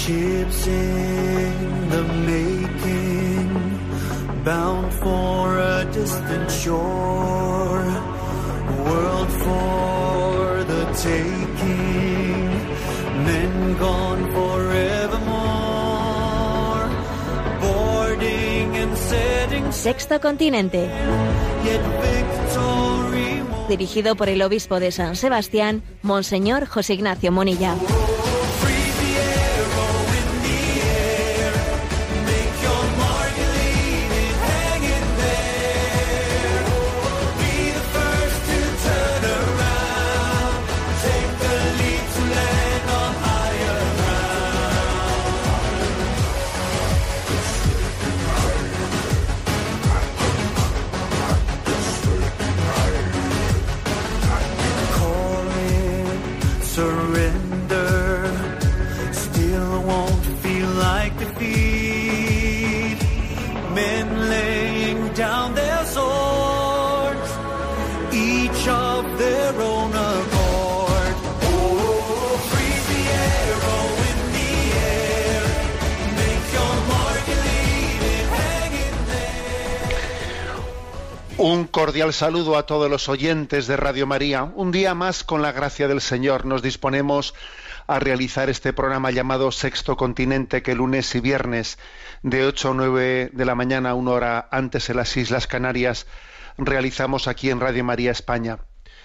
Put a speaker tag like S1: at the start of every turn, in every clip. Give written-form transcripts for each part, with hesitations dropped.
S1: Ships in the making, bound for a distant shore, world for the taking, men gone forevermore, boarding and setting.
S2: Sexto Continente.
S1: Yet victory won't.
S2: Dirigido por el obispo de San Sebastián, Monseñor José Ignacio Monilla.
S3: Un cordial saludo a todos los oyentes de Radio María. Un día más, con la gracia del Señor, nos disponemos a realizar este programa llamado Sexto Continente, que lunes y viernes de 8 a 9 de la mañana, una hora antes en las Islas Canarias, realizamos aquí en Radio María España.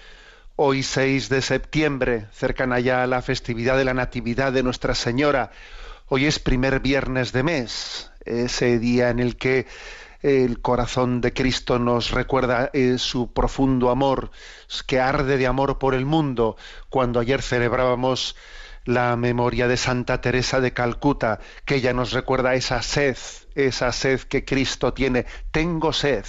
S3: Hoy 6 de septiembre, cercana ya a la festividad de la Natividad de Nuestra Señora. Hoy es primer viernes de mes, ese día en el que el corazón de Cristo nos recuerda su profundo amor, que arde de amor por el mundo, cuando ayer celebrábamos la memoria de Santa Teresa de Calcuta, que ella nos recuerda esa sed que Cristo tiene. Tengo sed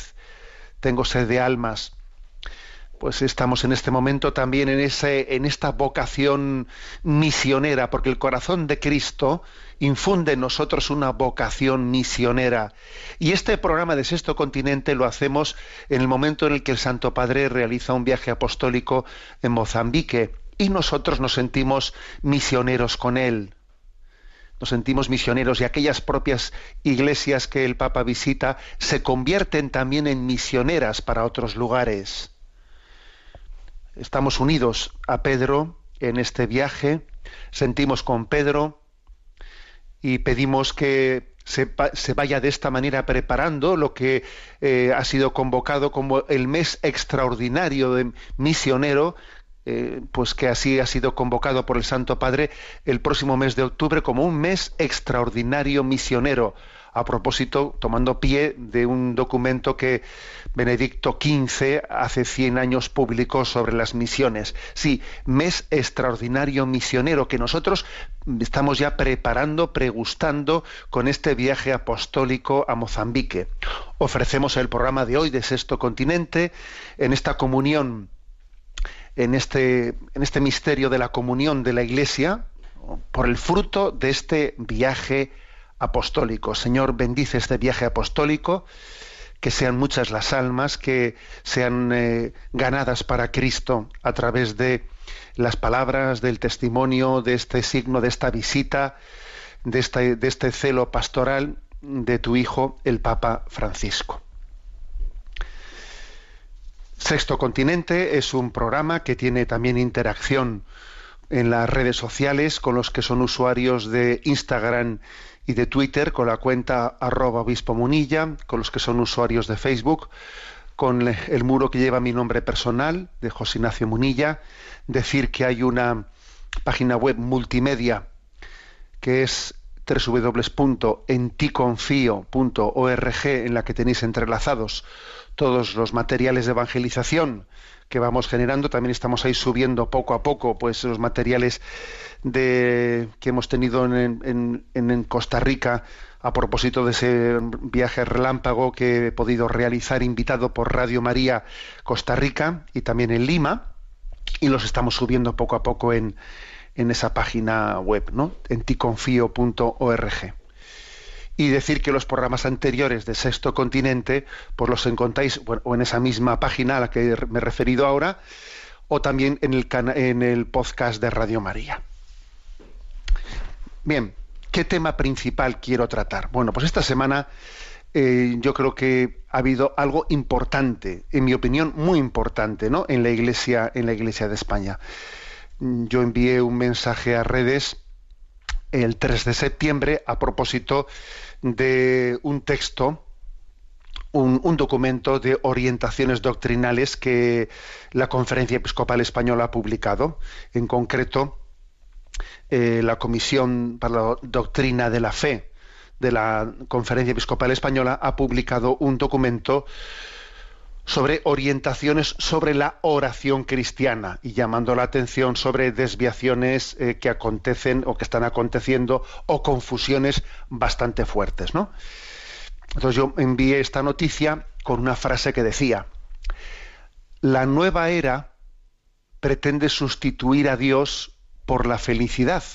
S3: de almas. Pues estamos en este momento también en esta vocación misionera, porque el corazón de Cristo infunde en nosotros una vocación misionera. Y este programa de Sexto Continente lo hacemos en el momento en el que el Santo Padre realiza un viaje apostólico en Mozambique, y nosotros nos sentimos misioneros con él. Nos sentimos misioneros, y aquellas propias iglesias que el Papa visita se convierten también en misioneras para otros lugares. Estamos unidos a Pedro en este viaje, sentimos con Pedro y pedimos que se vaya de esta manera preparando lo que ha sido convocado como el mes extraordinario de misionero, pues que así ha sido convocado por el Santo Padre el próximo mes de octubre como un mes extraordinario misionero. A propósito, tomando pie de un documento que Benedicto XV hace 100 años publicó sobre las misiones. Sí, mes extraordinario misionero, que nosotros estamos ya preparando, pregustando con este viaje apostólico a Mozambique. Ofrecemos el programa de hoy de Sexto Continente en esta comunión, en este misterio de la comunión de la Iglesia, por el fruto de este viaje apostólico. Señor, bendice este viaje apostólico, que sean muchas las almas que sean ganadas para Cristo a través de las palabras, del testimonio, de este signo, de esta visita, de este celo pastoral de tu Hijo, el Papa Francisco. Sexto Continente es un programa que tiene también interacción en las redes sociales con los que son usuarios de Instagram y de Twitter, con la cuenta @obispo Munilla, con los que son usuarios de Facebook, con el muro que lleva mi nombre personal, de José Ignacio Munilla. Decir que hay una página web multimedia que es www.enticonfio.org, en la que tenéis entrelazados todos los materiales de evangelización que vamos generando. También estamos ahí subiendo poco a poco pues los materiales que hemos tenido en Costa Rica, a propósito de ese viaje relámpago que he podido realizar, invitado por Radio María Costa Rica, y también en Lima, y los estamos subiendo poco a poco en esa página web, ¿no? enticonfio.org. Y decir que los programas anteriores de Sexto Continente pues los encontráis o en esa misma página a la que me he referido ahora, o también en el podcast de Radio María. Bien, ¿Qué tema principal quiero tratar? Bueno, pues esta semana yo creo que ha habido algo importante, en mi opinión, muy importante, ¿no? En la Iglesia de España. Yo envié un mensaje a redes el 3 de septiembre a propósito de un texto, un documento de orientaciones doctrinales que la Conferencia Episcopal Española ha publicado. En concreto, la Comisión para la Doctrina de la Fe de la Conferencia Episcopal Española ha publicado un documento sobre orientaciones sobre la oración cristiana y llamando la atención sobre desviaciones que acontecen o que están aconteciendo o confusiones bastante fuertes, ¿no? Entonces yo envié esta noticia con una frase que decía: la nueva era pretende sustituir a Dios por la felicidad,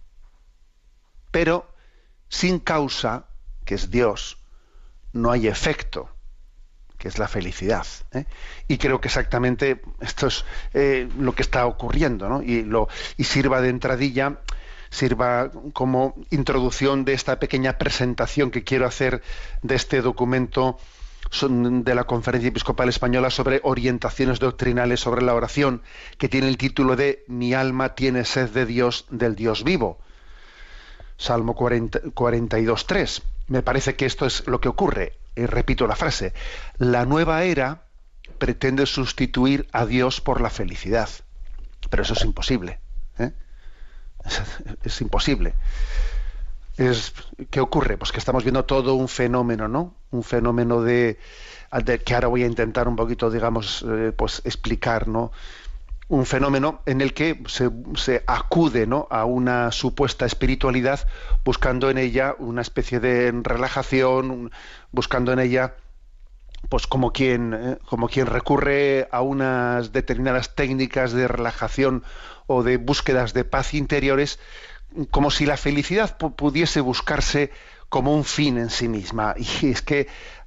S3: pero sin causa, que es Dios, no hay efecto, que es la felicidad, ¿eh? Y creo que exactamente esto es lo que está ocurriendo, ¿no? Y sirva de entradilla, sirva como introducción de esta pequeña presentación que quiero hacer de este documento de la Conferencia Episcopal Española sobre orientaciones doctrinales sobre la oración, que tiene el título de Mi alma tiene sed de Dios, del Dios vivo. Salmo 42.3. Me parece que esto es lo que ocurre. Repito la frase: la nueva era pretende sustituir a Dios por la felicidad. Pero eso es imposible, ¿eh? Es imposible. ¿Qué ocurre? Pues que estamos viendo todo un fenómeno, ¿no? Un fenómeno de que ahora voy a intentar un poquito, digamos, pues explicar, ¿no? Un fenómeno en el que se acude, ¿no?, a una supuesta espiritualidad, buscando en ella una especie de relajación, buscando en ella, pues como quien recurre a unas determinadas técnicas de relajación o de búsquedas de paz interiores, como si la felicidad pudiese buscarse como un fin en sí misma. Y es que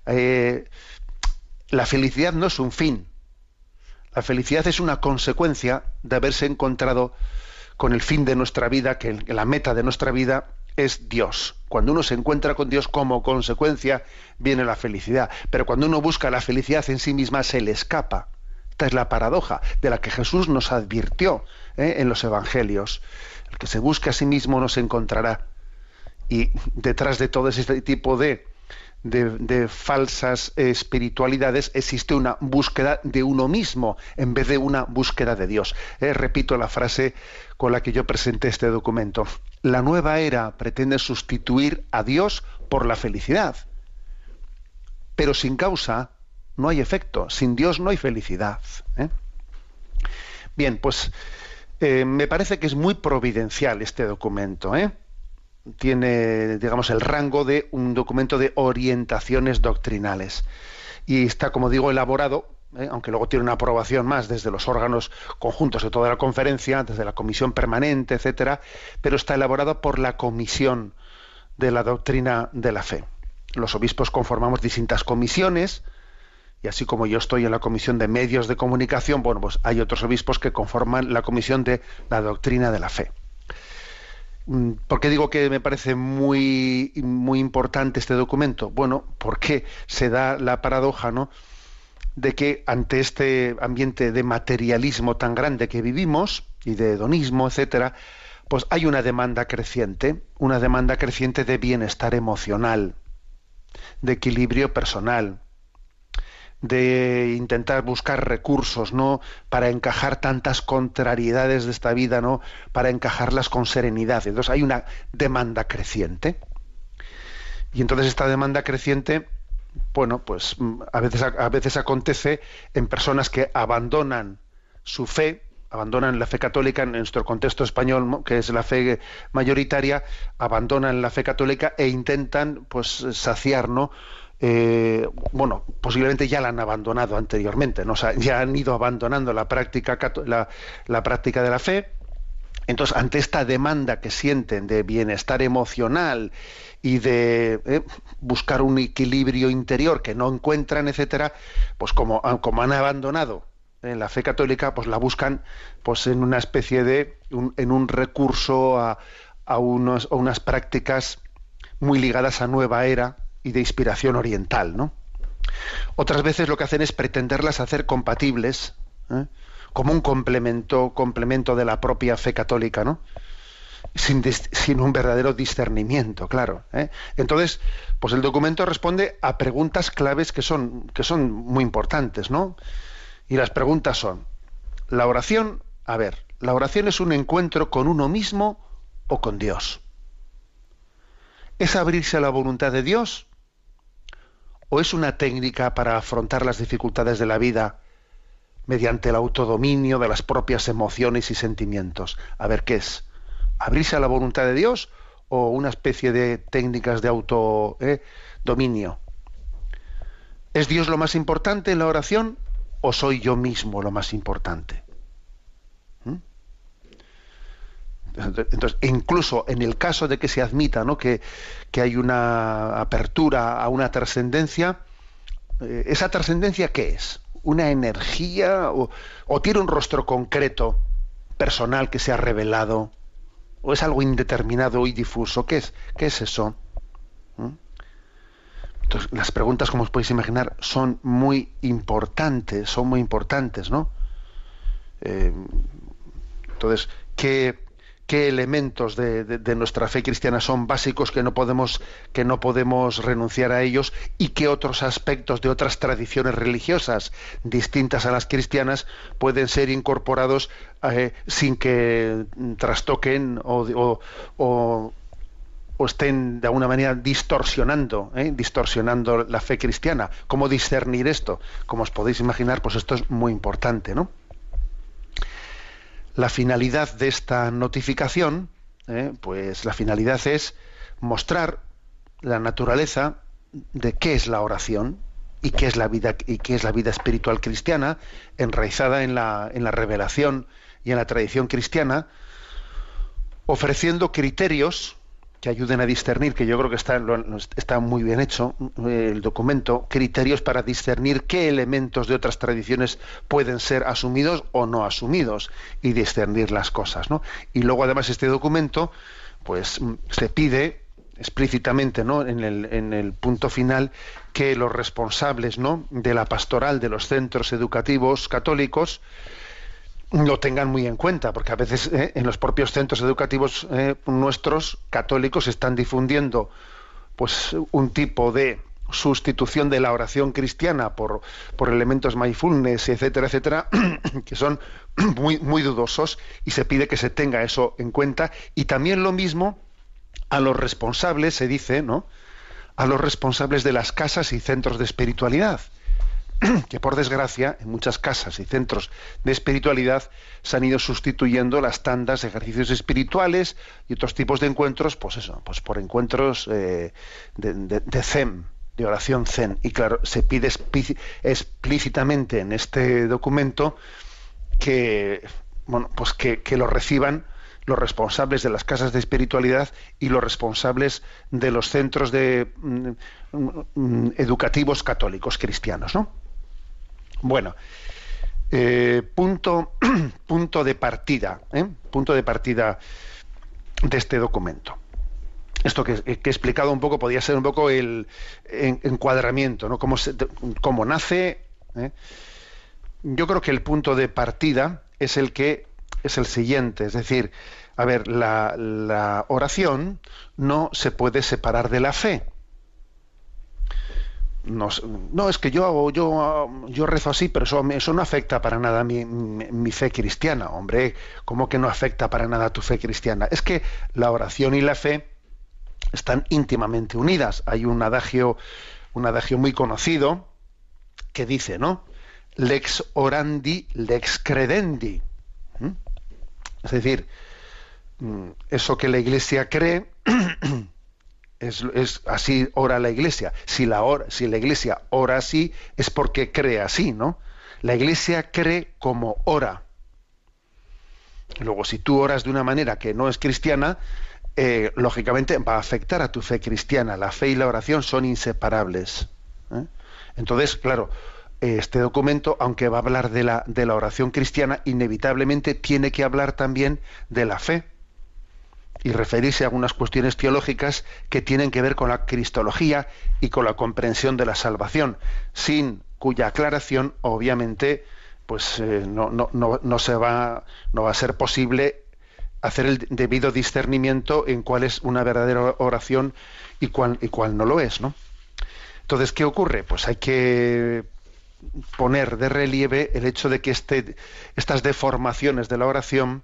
S3: la felicidad no es un fin. La felicidad es una consecuencia de haberse encontrado con el fin de nuestra vida, que la meta de nuestra vida es Dios. Cuando uno se encuentra con Dios, como consecuencia viene la felicidad. Pero cuando uno busca la felicidad en sí misma, se le escapa. Esta es la paradoja de la que Jesús nos advirtió en los Evangelios. El que se busque a sí mismo no se encontrará. Y detrás de todo este tipo de falsas espiritualidades existe una búsqueda de uno mismo en vez de una búsqueda de Dios. Repito la frase con la que yo presenté este documento: la nueva era pretende sustituir a Dios por la felicidad, pero sin causa no hay efecto. Sin Dios no hay felicidad, ¿eh? Bien, pues me parece que es muy providencial este documento, ¿eh? Tiene, digamos, el rango de un documento de orientaciones doctrinales y está, como digo, elaborado, aunque luego tiene una aprobación más desde los órganos conjuntos de toda la conferencia, desde la comisión permanente, etcétera, pero está elaborado por la Comisión de la Doctrina de la Fe. Los obispos conformamos distintas comisiones, y así como yo estoy en la Comisión de Medios de Comunicación, bueno, pues hay otros obispos que conforman la Comisión de la Doctrina de la Fe. ¿Por qué digo que me parece muy, muy importante este documento? Bueno, porque se da la paradoja, ¿no?, de que ante este ambiente de materialismo tan grande que vivimos y de hedonismo, etcétera, pues hay una demanda creciente de bienestar emocional, de equilibrio personal, de intentar buscar recursos, ¿no?, para encajar tantas contrariedades de esta vida, ¿no?, para encajarlas con serenidad. Entonces hay una demanda creciente. Y entonces esta demanda creciente, bueno, pues a veces acontece en personas que abandonan su fe, abandonan la fe católica en nuestro contexto español, ¿no?, que es la fe mayoritaria, abandonan la fe católica e intentan, pues, saciar, ¿no?, bueno, posiblemente ya la han abandonado anteriormente, ¿no? O sea, ya han ido abandonando la práctica de la fe. Entonces, ante esta demanda que sienten de bienestar emocional y de buscar un equilibrio interior que no encuentran, etcétera, pues como han abandonado la fe católica, pues la buscan, pues en una especie de un recurso a unas prácticas muy ligadas a nueva era y de inspiración oriental, ¿no? Otras veces lo que hacen es pretenderlas hacer compatibles, como un complemento de la propia fe católica, ¿no? Sin un verdadero discernimiento, claro. Entonces, pues el documento responde a preguntas claves que son muy importantes, ¿no? Y las preguntas son: la oración es un encuentro con uno mismo o con Dios. ¿Es abrirse a la voluntad de Dios? ¿O es una técnica para afrontar las dificultades de la vida mediante el autodominio de las propias emociones y sentimientos? A ver, ¿qué es? ¿Abrirse a la voluntad de Dios o una especie de técnicas de autodominio? ¿Es Dios lo más importante en la oración o soy yo mismo lo más importante? Entonces, incluso en el caso de que se admita, ¿no?, que hay una apertura a una trascendencia, ¿esa trascendencia qué es? ¿Una energía o tiene un rostro concreto, personal, que se ha revelado? ¿O es algo indeterminado y difuso? ¿Qué es eso? Entonces, las preguntas, como os podéis imaginar, son muy importantes, ¿no? Entonces, ¿qué elementos de nuestra fe cristiana son básicos que no podemos renunciar a ellos, y qué otros aspectos de otras tradiciones religiosas distintas a las cristianas pueden ser incorporados sin que trastoquen o estén de alguna manera distorsionando la fe cristiana? ¿Cómo discernir esto? Como os podéis imaginar, pues esto es muy importante, ¿no? La finalidad de esta notificación, pues la finalidad es mostrar la naturaleza de qué es la oración y qué es la vida espiritual cristiana, enraizada en la revelación y en la tradición cristiana, ofreciendo criterios que ayuden a discernir, que yo creo que está muy bien hecho el documento, criterios para discernir qué elementos de otras tradiciones pueden ser asumidos o no asumidos, y discernir las cosas, ¿no? Y luego, además, este documento pues se pide explícitamente, ¿no?, en el punto final, que los responsables, ¿no?, de la pastoral de los centros educativos católicos lo tengan muy en cuenta, porque a veces en los propios centros educativos nuestros católicos están difundiendo pues un tipo de sustitución de la oración cristiana por elementos mindfulness, etcétera, etcétera, que son muy, muy dudosos, y se pide que se tenga eso en cuenta. Y también lo mismo a los responsables, se dice, ¿no?, a los responsables de las casas y centros de espiritualidad, que por desgracia en muchas casas y centros de espiritualidad se han ido sustituyendo las tandas de ejercicios espirituales y otros tipos de encuentros, pues por encuentros de zen, de oración zen. Y claro, se pide explícitamente en este documento que lo reciban los responsables de las casas de espiritualidad y los responsables de los centros educativos católicos cristianos, ¿no? Bueno, punto de partida de este documento. Esto que he explicado un poco podría ser un poco el encuadramiento, ¿no? Cómo nace. Yo creo que el punto de partida es el siguiente, es decir, a ver, la oración no se puede separar de la fe. No, es que yo rezo así, pero eso no afecta para nada mi fe cristiana. Hombre, ¿cómo que no afecta para nada tu fe cristiana? Es que la oración y la fe están íntimamente unidas. Hay un adagio muy conocido que dice, ¿no?, lex orandi, lex credendi. Es decir, eso que la Iglesia cree es así ora la Iglesia. Si la Iglesia ora así, es porque cree así, ¿no? La Iglesia cree como ora. Luego, si tú oras de una manera que no es cristiana, lógicamente va a afectar a tu fe cristiana. La fe y la oración son inseparables. Entonces, claro, este documento, aunque va a hablar de la oración cristiana, inevitablemente tiene que hablar también de la fe. y referirse a algunas cuestiones teológicas que tienen que ver con la cristología y con la comprensión de la salvación, sin cuya aclaración, obviamente, pues no va a ser posible hacer el debido discernimiento en cuál es una verdadera oración y cuál no lo es, ¿no? Entonces, ¿qué ocurre? Pues hay que poner de relieve el hecho de que estas deformaciones de la oración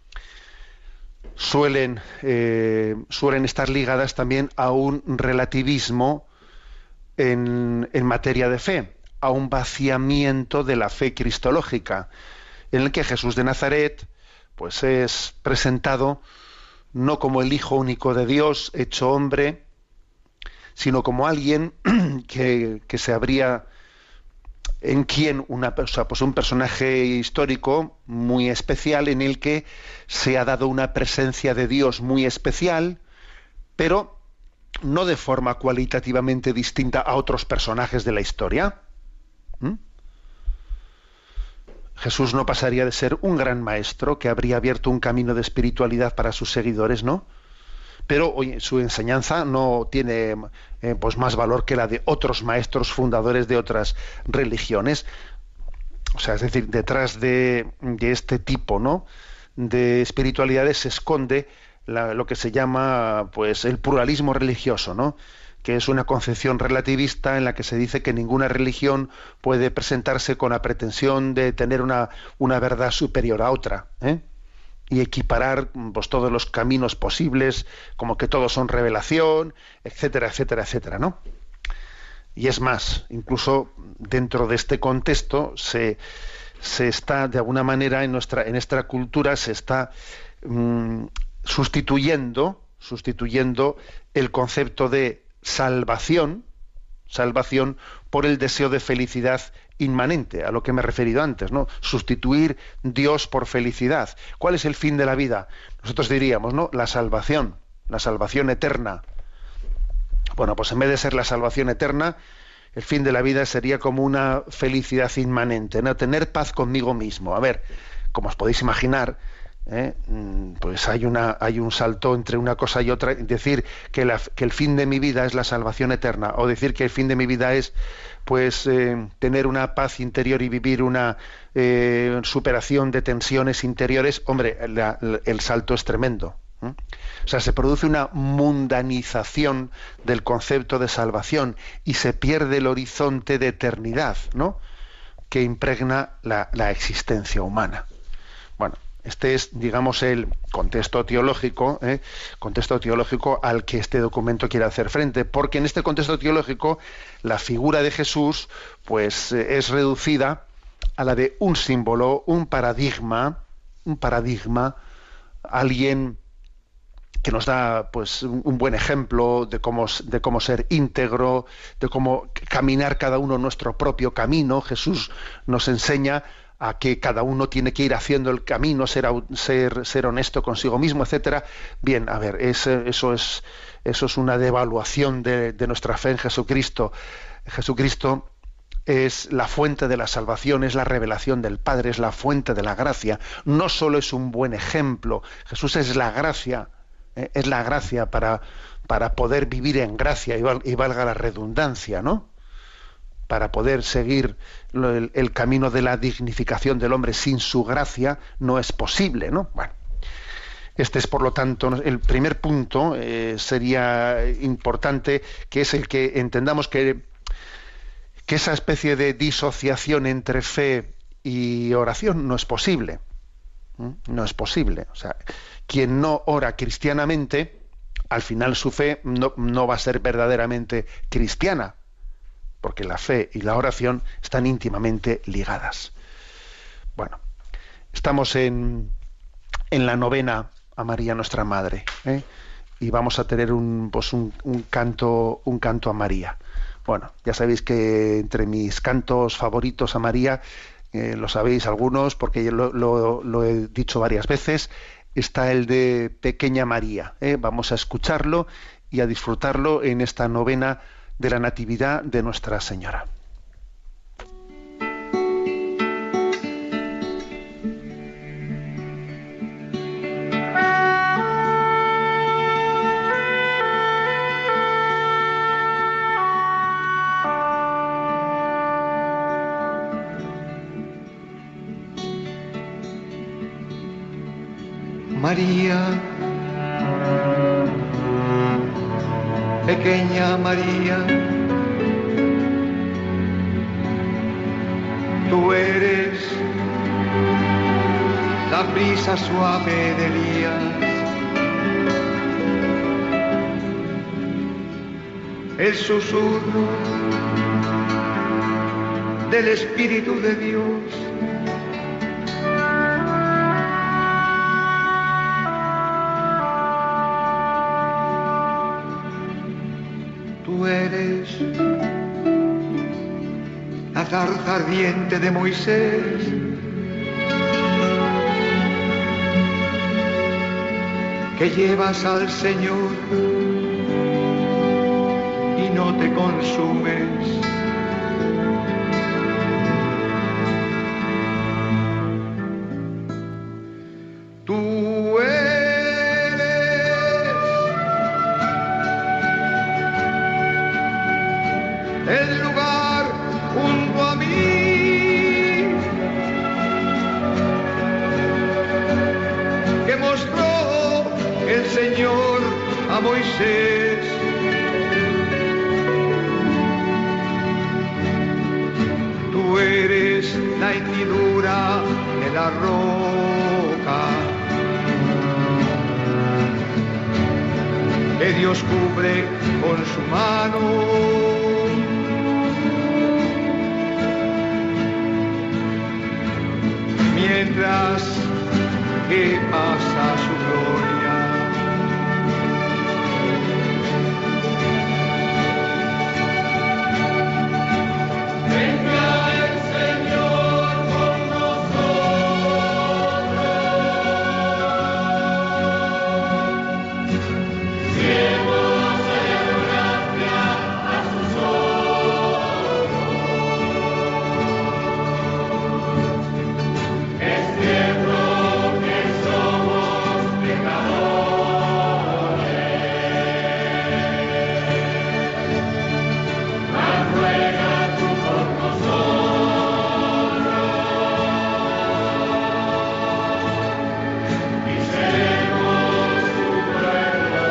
S3: suelen estar ligadas también a un relativismo en materia de fe, a un vaciamiento de la fe cristológica, en el que Jesús de Nazaret pues es presentado no como el Hijo único de Dios hecho hombre, sino como alguien que se habría, en quien pues un personaje histórico muy especial, en el que se ha dado una presencia de Dios muy especial, pero no de forma cualitativamente distinta a otros personajes de la historia. Jesús no pasaría de ser un gran maestro que habría abierto un camino de espiritualidad para sus seguidores, ¿no? Pero oye, su enseñanza no tiene pues más valor que la de otros maestros fundadores de otras religiones. O sea, es decir, detrás de este tipo, ¿no?, de espiritualidades se esconde lo que se llama pues el pluralismo religioso, ¿no?, que es una concepción relativista en la que se dice que ninguna religión puede presentarse con la pretensión de tener una verdad superior a otra, y equiparar pues todos los caminos posibles, como que todos son revelación, etcétera, etcétera, etcétera, ¿no? Y es más, incluso dentro de este contexto se está, de alguna manera, en nuestra cultura se está sustituyendo el concepto de salvación por el deseo de felicidad inmanente, a lo que me he referido antes, ¿no? Sustituir Dios por felicidad. ¿Cuál es el fin de la vida? Nosotros diríamos, ¿no?, la salvación eterna. Bueno, pues en vez de ser la salvación eterna, el fin de la vida sería como una felicidad inmanente, ¿no?, tener paz conmigo mismo. A ver, como os podéis imaginar, pues hay un salto entre una cosa y otra. Decir que el fin de mi vida es la salvación eterna, o decir que el fin de mi vida es pues tener una paz interior y vivir una superación de tensiones interiores, hombre, el salto es tremendo. O sea, se produce una mundanización del concepto de salvación y se pierde el horizonte de eternidad, ¿no?, que impregna la existencia humana. Bueno, este es, digamos, el contexto teológico al que este documento quiere hacer frente, porque en este contexto teológico la figura de Jesús pues es reducida a la de un símbolo, un paradigma, alguien que nos da pues un buen ejemplo de cómo ser íntegro, de cómo caminar cada uno nuestro propio camino. Jesús nos enseña a que cada uno tiene que ir haciendo el camino, ser honesto consigo mismo, etcétera. Bien, a ver, eso es una devaluación de nuestra fe en Jesucristo. Jesucristo es la fuente de la salvación, es la revelación del Padre, es la fuente de la gracia. No solo es un buen ejemplo, Jesús es la gracia, para poder vivir en gracia, y valga la redundancia, ¿no?, para poder seguir el camino de la dignificación del hombre. Sin su gracia no es posible, ¿no? Bueno, este es, por lo tanto, el primer punto. Sería importante, que es el que entendamos que esa especie de disociación entre fe y oración no es posible. No es posible. O sea, quien no ora cristianamente, al final su fe no va a ser verdaderamente cristiana, porque la fe y la oración están íntimamente ligadas. Bueno, estamos en la novena a María nuestra Madre, y vamos a tener un canto a María. Bueno, ya sabéis que entre mis cantos favoritos a María, lo sabéis algunos porque lo he dicho varias veces, está el de Pequeña María. Vamos a escucharlo y a disfrutarlo en esta novena de la Natividad de Nuestra Señora.
S4: María, pequeña María, tú eres la brisa suave de Elías, el susurro del Espíritu de Dios. Tú eres la zarza ardiente de Moisés, que llevas al Señor y no te consumes. Tú eres el lugar junto a mí que mostró el Señor a Moisés. Tú eres la hendidura de la roca que Dios cubre con su mano. Mientras que pasa su gloria. Venga el Señor con nosotros. Ciegos en gracia a sus ojos. Es cierto que somos pecadores, mas ruega tú por nosotros y seremos tu pueblo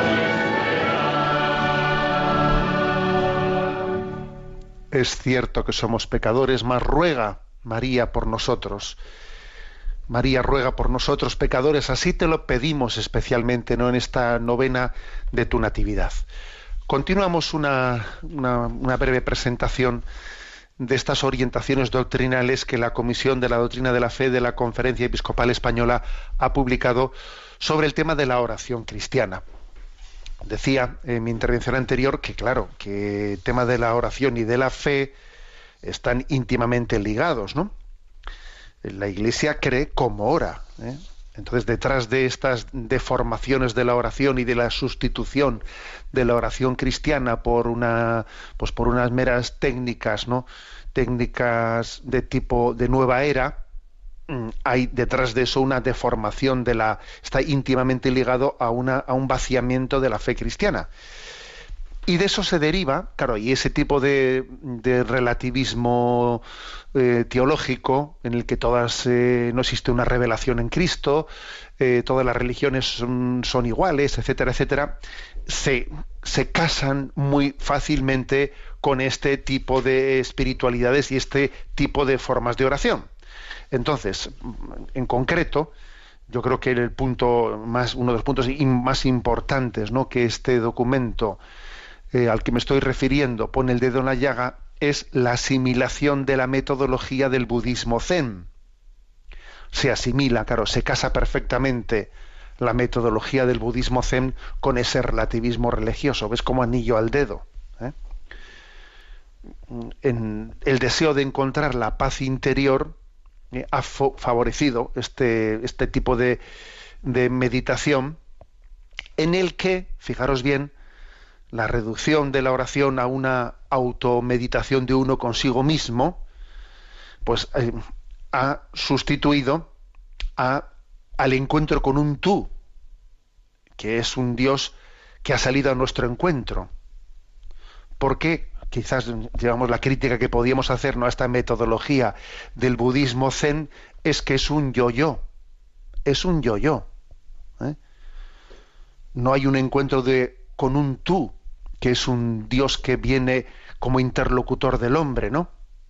S4: esperado.
S3: Es cierto que somos pecadores, mas ruega María por nosotros. María ruega por nosotros pecadores, así te lo pedimos especialmente, ¿no?, en esta novena de tu Natividad. Continuamos una breve presentación de estas orientaciones doctrinales que la Comisión de la Doctrina de la Fe de la Conferencia Episcopal Española ha publicado sobre el tema de la oración cristiana. Decía en mi intervención anterior que, claro, que el tema de la oración y de la fe están íntimamente ligados, ¿no? La Iglesia cree como ora, ¿eh? Entonces, detrás de estas deformaciones de la oración y de la sustitución de la oración cristiana por unas meras técnicas, ¿no?, técnicas de tipo de nueva era, hay detrás de eso una deformación está íntimamente ligado a un vaciamiento de la fe cristiana. Y de eso se deriva, claro, y ese tipo de relativismo teológico en el que no existe una revelación en Cristo, todas las religiones son iguales, etcétera, etcétera, se casan muy fácilmente con este tipo de espiritualidades y este tipo de formas de oración. Entonces, en concreto, yo creo que uno de los puntos más importantes, ¿no?, que este documento al que me estoy refiriendo pone el dedo en la llaga, es la asimilación de la metodología del budismo zen. Se asimila, claro, se casa perfectamente la metodología del budismo zen con ese relativismo religioso. ¿Ves? Como anillo al dedo, ¿eh? En el deseo de encontrar la paz interior ha favorecido este tipo de meditación en el que, fijaros bien, la reducción de la oración a una automeditación de uno consigo mismo, pues ha sustituido al encuentro con un tú, que es un Dios que ha salido a nuestro encuentro. Porque quizás, digamos, la crítica que podíamos hacer, ¿no?, a esta metodología del budismo zen es que es un yo-yo. Es un yo-yo. no hay un encuentro con un tú, que es un Dios que viene como interlocutor del hombre, ¿no?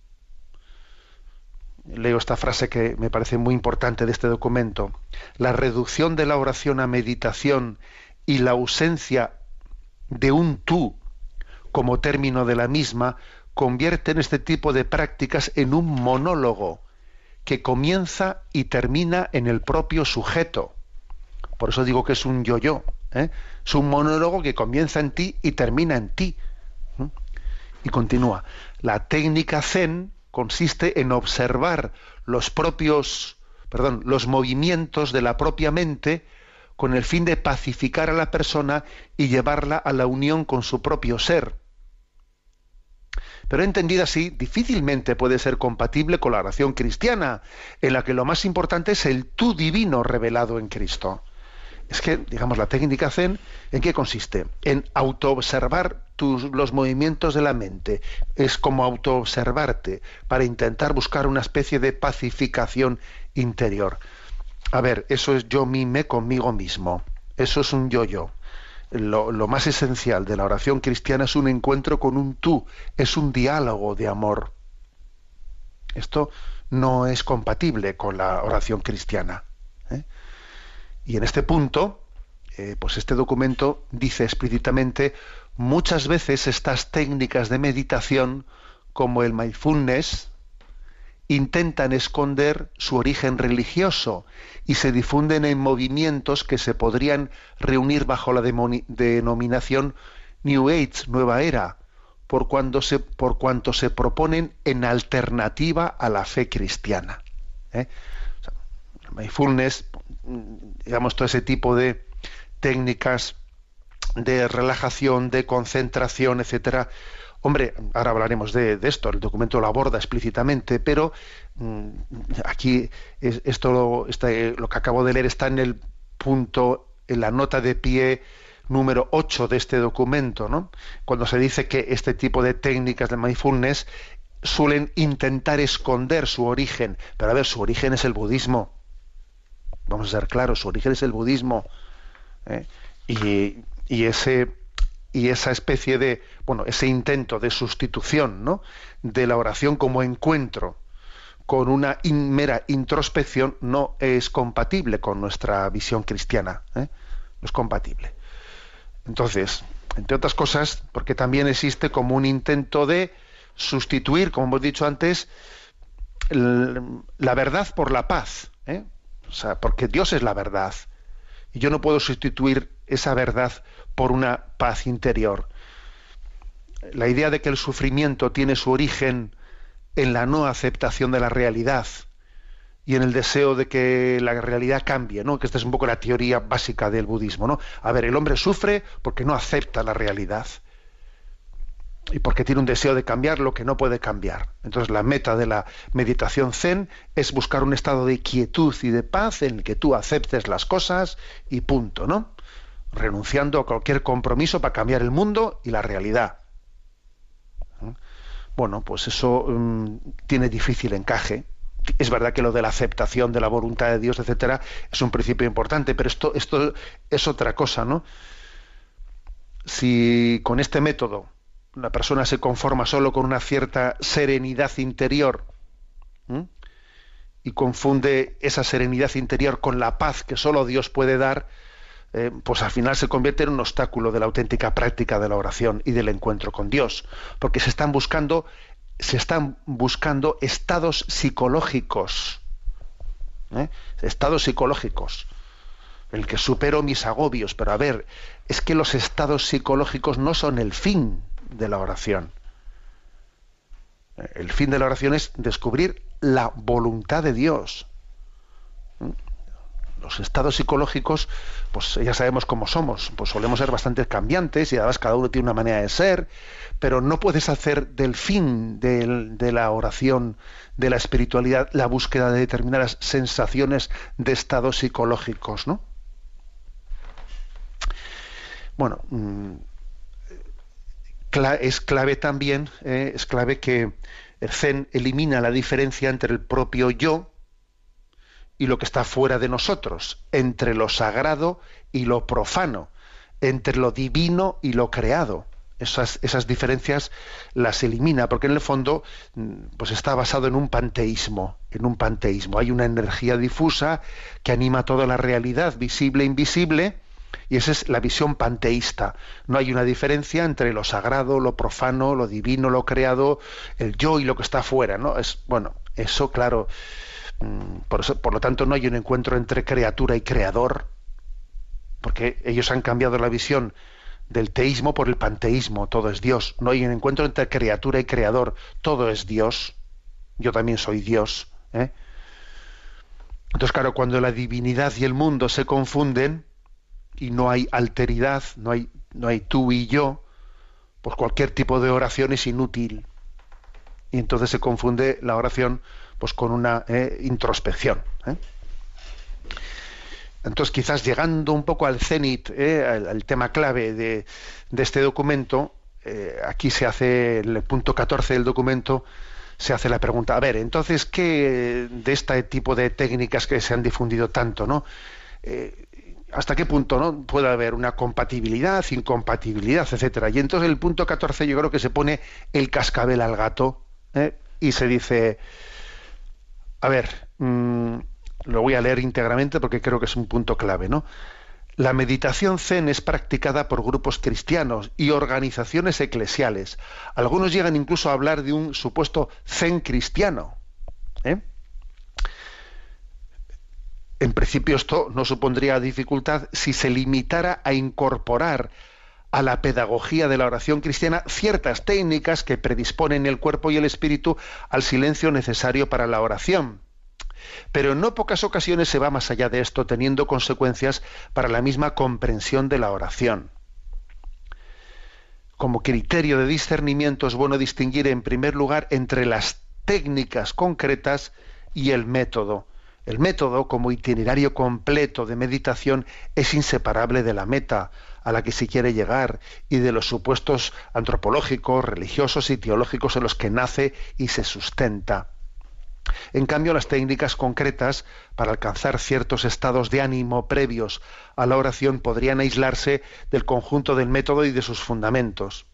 S3: Leo esta frase que me parece muy importante de este documento. La reducción de la oración a meditación y la ausencia de un tú como término de la misma convierten este tipo de prácticas en un monólogo que comienza y termina en el propio sujeto. Por eso digo que es un yo-yo, ¿eh? Es un monólogo que comienza en ti y termina en ti. Y continúa. La técnica Zen consiste en observar los movimientos de la propia mente con el fin de pacificar a la persona y llevarla a la unión con su propio ser. Pero entendida así, difícilmente puede ser compatible con la oración cristiana, en la que lo más importante es el tú divino revelado en Cristo. Es que, digamos, la técnica Zen, ¿en qué consiste? En autoobservar los movimientos de la mente. Es como autoobservarte para intentar buscar una especie de pacificación interior. A ver, eso es yo mime conmigo mismo. Eso es un yo-yo. Lo más esencial de la oración cristiana es un encuentro con un tú, es un diálogo de amor. Esto no es compatible con la oración cristiana, ¿eh? Y en este punto, pues este documento dice explícitamente: muchas veces estas técnicas de meditación, como el mindfulness, intentan esconder su origen religioso y se difunden en movimientos que se podrían reunir bajo la denominación New Age, Nueva Era, por cuanto se proponen en alternativa a la fe cristiana. El mindfulness, digamos, todo ese tipo de técnicas de relajación, de concentración, etcétera. Hombre, ahora hablaremos de esto, el documento lo aborda explícitamente, pero aquí lo que acabo de leer está en el punto, en la nota de pie número 8 de este documento, ¿no? Cuando se dice que este tipo de técnicas de mindfulness suelen intentar esconder su origen, pero a ver, su origen es el budismo. Vamos a ser claros, su origen es el budismo, ¿eh? Y esa especie de, ese intento de sustitución, ¿no?, de la oración como encuentro con una mera introspección no es compatible con nuestra visión cristiana, ¿eh? No es compatible. Entonces, entre otras cosas, porque también existe como un intento de sustituir, como hemos dicho antes, la verdad por la paz, ¿eh? O sea, porque Dios es la verdad y yo no puedo sustituir esa verdad por una paz interior. La idea de que el sufrimiento tiene su origen en la no aceptación de la realidad y en el deseo de que la realidad cambie, ¿no? Que esta es un poco la teoría básica del budismo, ¿no? A ver, el hombre sufre porque no acepta la realidad y porque tiene un deseo de cambiar lo que no puede cambiar. Entonces la meta de la meditación Zen es buscar un estado de quietud y de paz en el que tú aceptes las cosas y punto, ¿no? Renunciando a cualquier compromiso para cambiar el mundo y la realidad. Bueno, pues eso tiene difícil encaje. Es verdad que lo de la aceptación de la voluntad de Dios, etcétera, es un principio importante, pero esto es otra cosa, ¿no? Si con este método una persona se conforma solo con una cierta serenidad interior, y confunde esa serenidad interior con la paz que solo Dios puede dar, pues al final se convierte en un obstáculo de la auténtica práctica de la oración y del encuentro con Dios, porque se están buscando estados psicológicos, estados psicológicos, en el que supero mis agobios. Pero a ver, es que los estados psicológicos no son el fin de la oración. El fin de la oración es descubrir la voluntad de Dios. Los estados psicológicos, pues ya sabemos cómo somos, pues solemos ser bastante cambiantes y además cada uno tiene una manera de ser, pero no puedes hacer del fin de la oración, de la espiritualidad, la búsqueda de determinadas sensaciones de estados psicológicos, ¿no? Bueno, es clave también, es clave que el Zen elimina la diferencia entre el propio yo y lo que está fuera de nosotros, entre lo sagrado y lo profano. entre lo divino y lo creado. Esas diferencias las elimina, porque en el fondo pues está basado en un panteísmo. Hay una energía difusa que anima toda la realidad, visible e invisible, y esa es la visión panteísta. No hay una diferencia entre lo sagrado, lo profano, lo divino, lo creado, el yo y lo que está afuera, ¿no? Eso claro, por lo tanto no hay un encuentro entre criatura y creador, porque ellos han cambiado la visión del teísmo por el panteísmo. Todo es Dios. No hay un encuentro entre criatura y creador. Todo es Dios. Yo también soy Dios. Entonces, claro, cuando la divinidad y el mundo se confunden y no hay alteridad, no hay tú y yo, pues cualquier tipo de oración es inútil. Y entonces se confunde la oración pues con una introspección. Entonces, quizás llegando un poco al cenit, al tema clave de este documento, aquí se hace, en el punto 14 del documento, se hace la pregunta, a ver, entonces, ¿qué de este tipo de técnicas que se han difundido tanto, ¿no? ¿Hasta qué punto, no, puede haber una compatibilidad, incompatibilidad, etcétera? Y entonces el punto 14 yo creo que se pone el cascabel al gato, y se dice, a ver, lo voy a leer íntegramente porque creo que es un punto clave, ¿no? La meditación zen es practicada por grupos cristianos y organizaciones eclesiales. Algunos llegan incluso a hablar de un supuesto zen cristiano. En principio esto no supondría dificultad si se limitara a incorporar a la pedagogía de la oración cristiana ciertas técnicas que predisponen el cuerpo y el espíritu al silencio necesario para la oración. Pero en no pocas ocasiones se va más allá de esto, teniendo consecuencias para la misma comprensión de la oración. Como criterio de discernimiento es bueno distinguir en primer lugar entre las técnicas concretas y el método. El método, como itinerario completo de meditación, es inseparable de la meta a la que se quiere llegar y de los supuestos antropológicos, religiosos y teológicos en los que nace y se sustenta. En cambio, las técnicas concretas para alcanzar ciertos estados de ánimo previos a la oración podrían aislarse del conjunto del método y de sus fundamentos.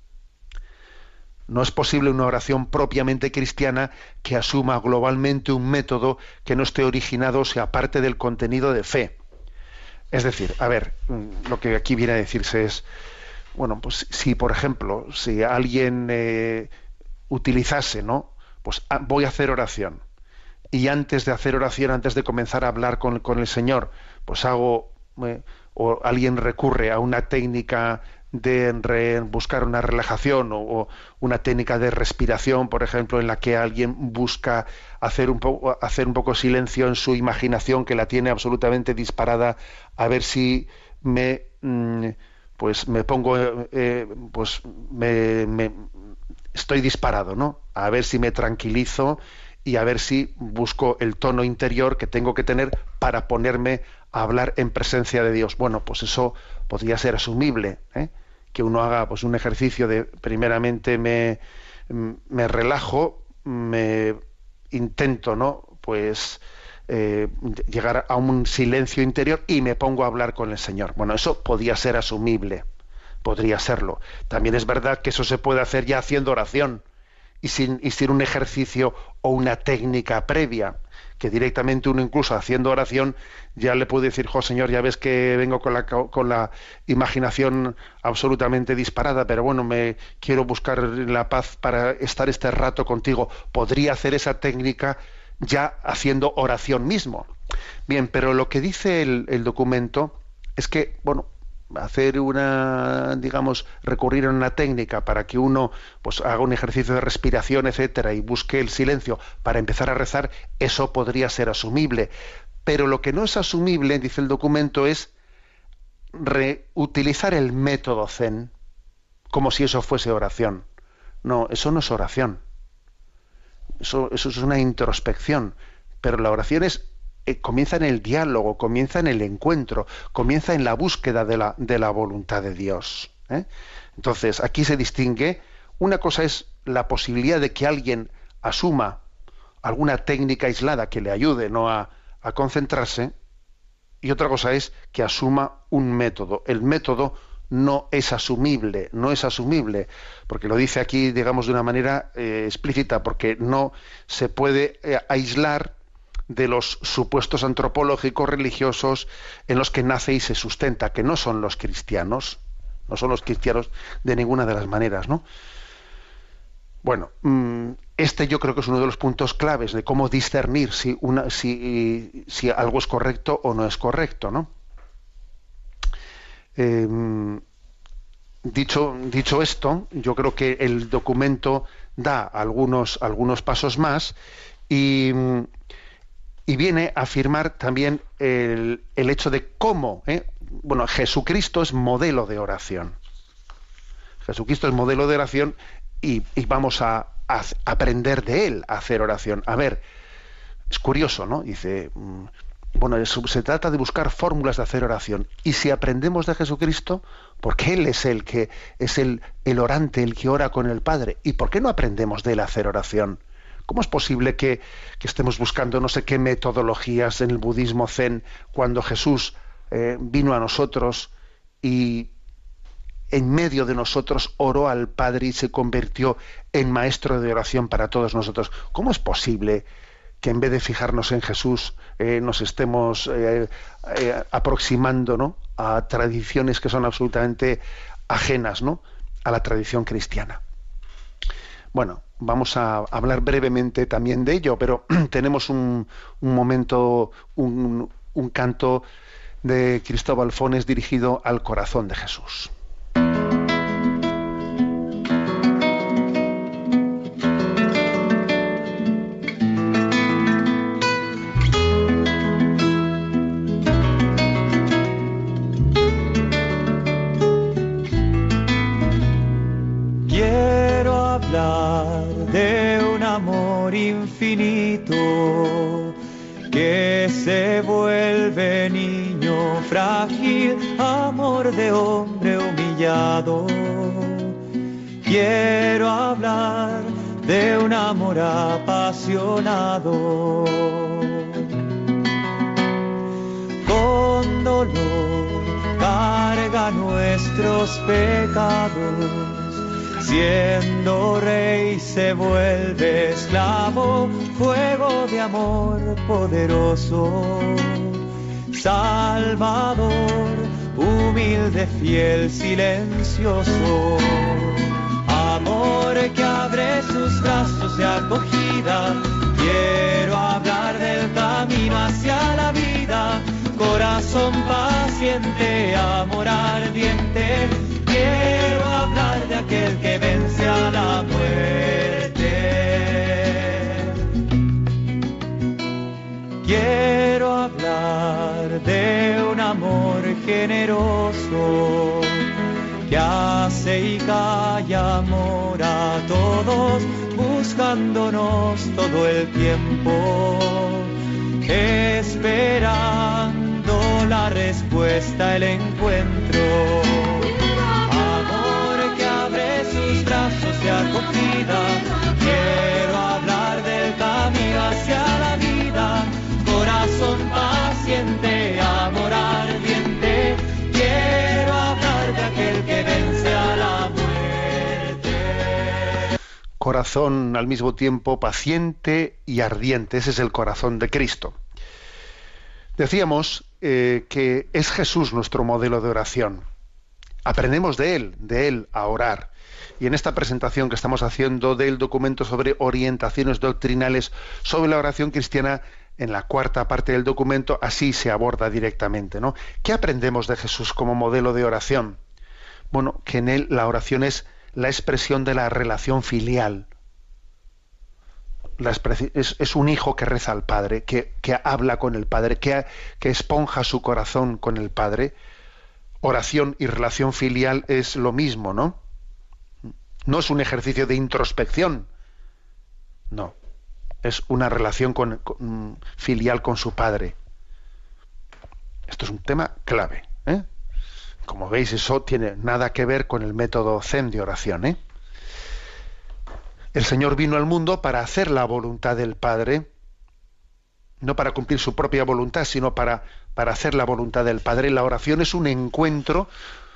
S3: No es posible una oración propiamente cristiana que asuma globalmente un método que no esté originado o sea parte del contenido de fe. Es decir, a ver, lo que aquí viene a decirse es, bueno, pues si por ejemplo, si alguien utilizase, ¿no? Pues voy a hacer oración. Y antes de hacer oración, antes de comenzar a hablar con el Señor, pues o alguien recurre a una técnica de buscar una relajación o una técnica de respiración, por ejemplo, en la que alguien busca hacer un poco silencio en su imaginación, que la tiene absolutamente disparada, a ver si estoy disparado, ¿no? A ver si me tranquilizo y a ver si busco el tono interior que tengo que tener para ponerme a hablar en presencia de Dios. Bueno, pues eso podría ser asumible, que uno haga pues un ejercicio de, primeramente me relajo, me intento, ¿no? Pues llegar a un silencio interior y me pongo a hablar con el Señor. Bueno, eso podría ser asumible. Podría serlo. También es verdad que eso se puede hacer ya haciendo oración y sin un ejercicio o una técnica previa, que directamente uno incluso haciendo oración ya le puede decir, Señor, ya ves que vengo con la imaginación absolutamente disparada, pero bueno, me quiero buscar la paz para estar este rato contigo. Podría hacer esa técnica ya haciendo oración mismo. Bien, pero lo que dice el documento es que, bueno, hacer recurrir a una técnica para que uno pues haga un ejercicio de respiración, etcétera, y busque el silencio para empezar a rezar, eso podría ser asumible. Pero lo que no es asumible, dice el documento, es reutilizar el método Zen como si eso fuese oración. No, eso no es oración. Eso es una introspección. Pero la oración comienza en el diálogo, comienza en el encuentro, comienza en la búsqueda de la voluntad de Dios. Entonces, aquí se distingue, una cosa es la posibilidad de que alguien asuma alguna técnica aislada que le ayude, ¿no?, a concentrarse, y otra cosa es que asuma un método. El método no es asumible, porque lo dice aquí, digamos, de una manera explícita, porque no se puede aislar de los supuestos antropológicos religiosos en los que nace y se sustenta, que no son los cristianos de ninguna de las maneras, ¿no? Bueno, este yo creo que es uno de los puntos claves de cómo discernir si algo es correcto o no es correcto, ¿no? Dicho esto, yo creo que el documento da algunos pasos más y viene a afirmar también el hecho de cómo, Jesucristo es modelo de oración. Jesucristo es modelo de oración y vamos a aprender de él a hacer oración. A ver, es curioso, ¿no? Dice, se trata de buscar fórmulas de hacer oración. Y si aprendemos de Jesucristo, porque él es el que es el orante, el que ora con el Padre, ¿y por qué no aprendemos de él a hacer oración? ¿Cómo es posible que estemos buscando no sé qué metodologías en el budismo zen cuando Jesús vino a nosotros y en medio de nosotros oró al Padre y se convirtió en maestro de oración para todos nosotros? ¿Cómo es posible que en vez de fijarnos en Jesús nos estemos aproximando, ¿no?, a tradiciones que son absolutamente ajenas, ¿no?, a la tradición cristiana? Bueno, vamos a hablar brevemente también de ello, pero tenemos un momento, un canto de Cristóbal Fones dirigido al corazón de Jesús.
S1: Infinito que se vuelve niño frágil, amor de hombre humillado. Quiero hablar de un amor apasionado. Con dolor carga nuestros pecados, siendo rey se vuelve esclavo, fuego de amor poderoso. Salvador, humilde, fiel, silencioso. Amor que abre sus brazos de acogida. Quiero hablar del camino hacia la vida. Corazón paciente, amor ardiente. Quiero hablar de aquel que vence a la muerte. Quiero hablar de un amor generoso que hace y calla amor a todos, buscándonos todo el tiempo, esperando la respuesta, el encuentro. Brazos de acogida, quiero hablar del camino hacia la vida. Corazón paciente, amor ardiente. Quiero hablar de aquel que vence a la muerte.
S3: Corazón al mismo tiempo paciente y ardiente. Ese es el corazón de Cristo. Decíamos que es Jesús nuestro modelo de oración. Aprendemos de él a orar. Y en esta presentación que estamos haciendo del documento sobre orientaciones doctrinales sobre la oración cristiana, en la cuarta parte del documento, así se aborda directamente, ¿no? ¿Qué aprendemos de Jesús como modelo de oración? Bueno, que en él la oración es la expresión de la relación filial. Es un hijo que reza al Padre, que habla con el Padre, que esponja su corazón con el Padre. Oración y relación filial es lo mismo, ¿no? No es un ejercicio de introspección, no, es una relación filial con su Padre. Esto es un tema clave, ¿eh? Como veis, eso tiene nada que ver con el método Zen de oración, ¿eh? El Señor vino al mundo para hacer la voluntad del Padre no para cumplir su propia voluntad, sino para hacer la voluntad del Padre. La oración es un encuentro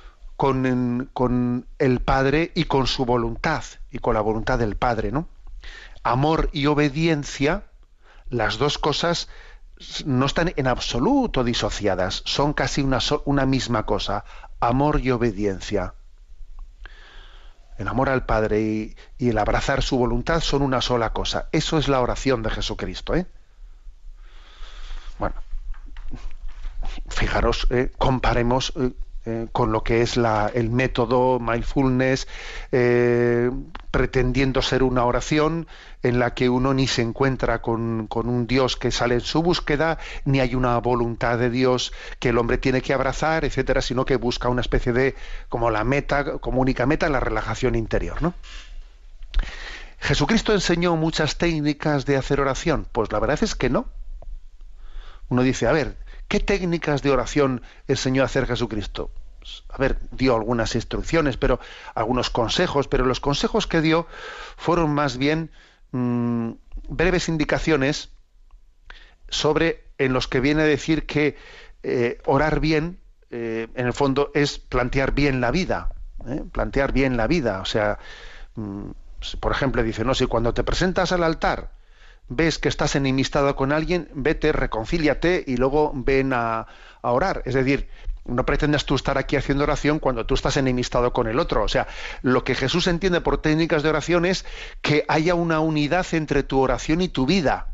S3: con el Padre y con su voluntad, y con la voluntad del Padre, ¿no? Amor y obediencia, las dos cosas no están en absoluto disociadas, son casi una misma cosa, amor y obediencia. El amor al Padre y el abrazar su voluntad son una sola cosa. Eso es la oración de Jesucristo, ¿eh? Bueno, fijaros, comparemos con lo que es el método mindfulness, pretendiendo ser una oración en la que uno ni se encuentra con un Dios que sale en su búsqueda, ni hay una voluntad de Dios que el hombre tiene que abrazar, etcétera, sino que busca una especie de, como única meta, la relajación interior, ¿no? ¿Jesucristo enseñó muchas técnicas de hacer oración? Pues la verdad es que no. Uno dice, a ver, ¿qué técnicas de oración enseñó a hacer Jesucristo? A ver, dio algunas instrucciones, algunos consejos, pero los consejos que dio fueron más bien breves indicaciones en los que viene a decir que orar bien, en el fondo, es plantear bien la vida, plantear bien la vida. O sea, por ejemplo, dice, no, si cuando te presentas al altar ves que estás enemistado con alguien, vete, reconcíliate y luego ven a orar. Es decir, no pretendas tú estar aquí haciendo oración cuando tú estás enemistado con el otro. O sea, lo que Jesús entiende por técnicas de oración es que haya una unidad entre tu oración y tu vida.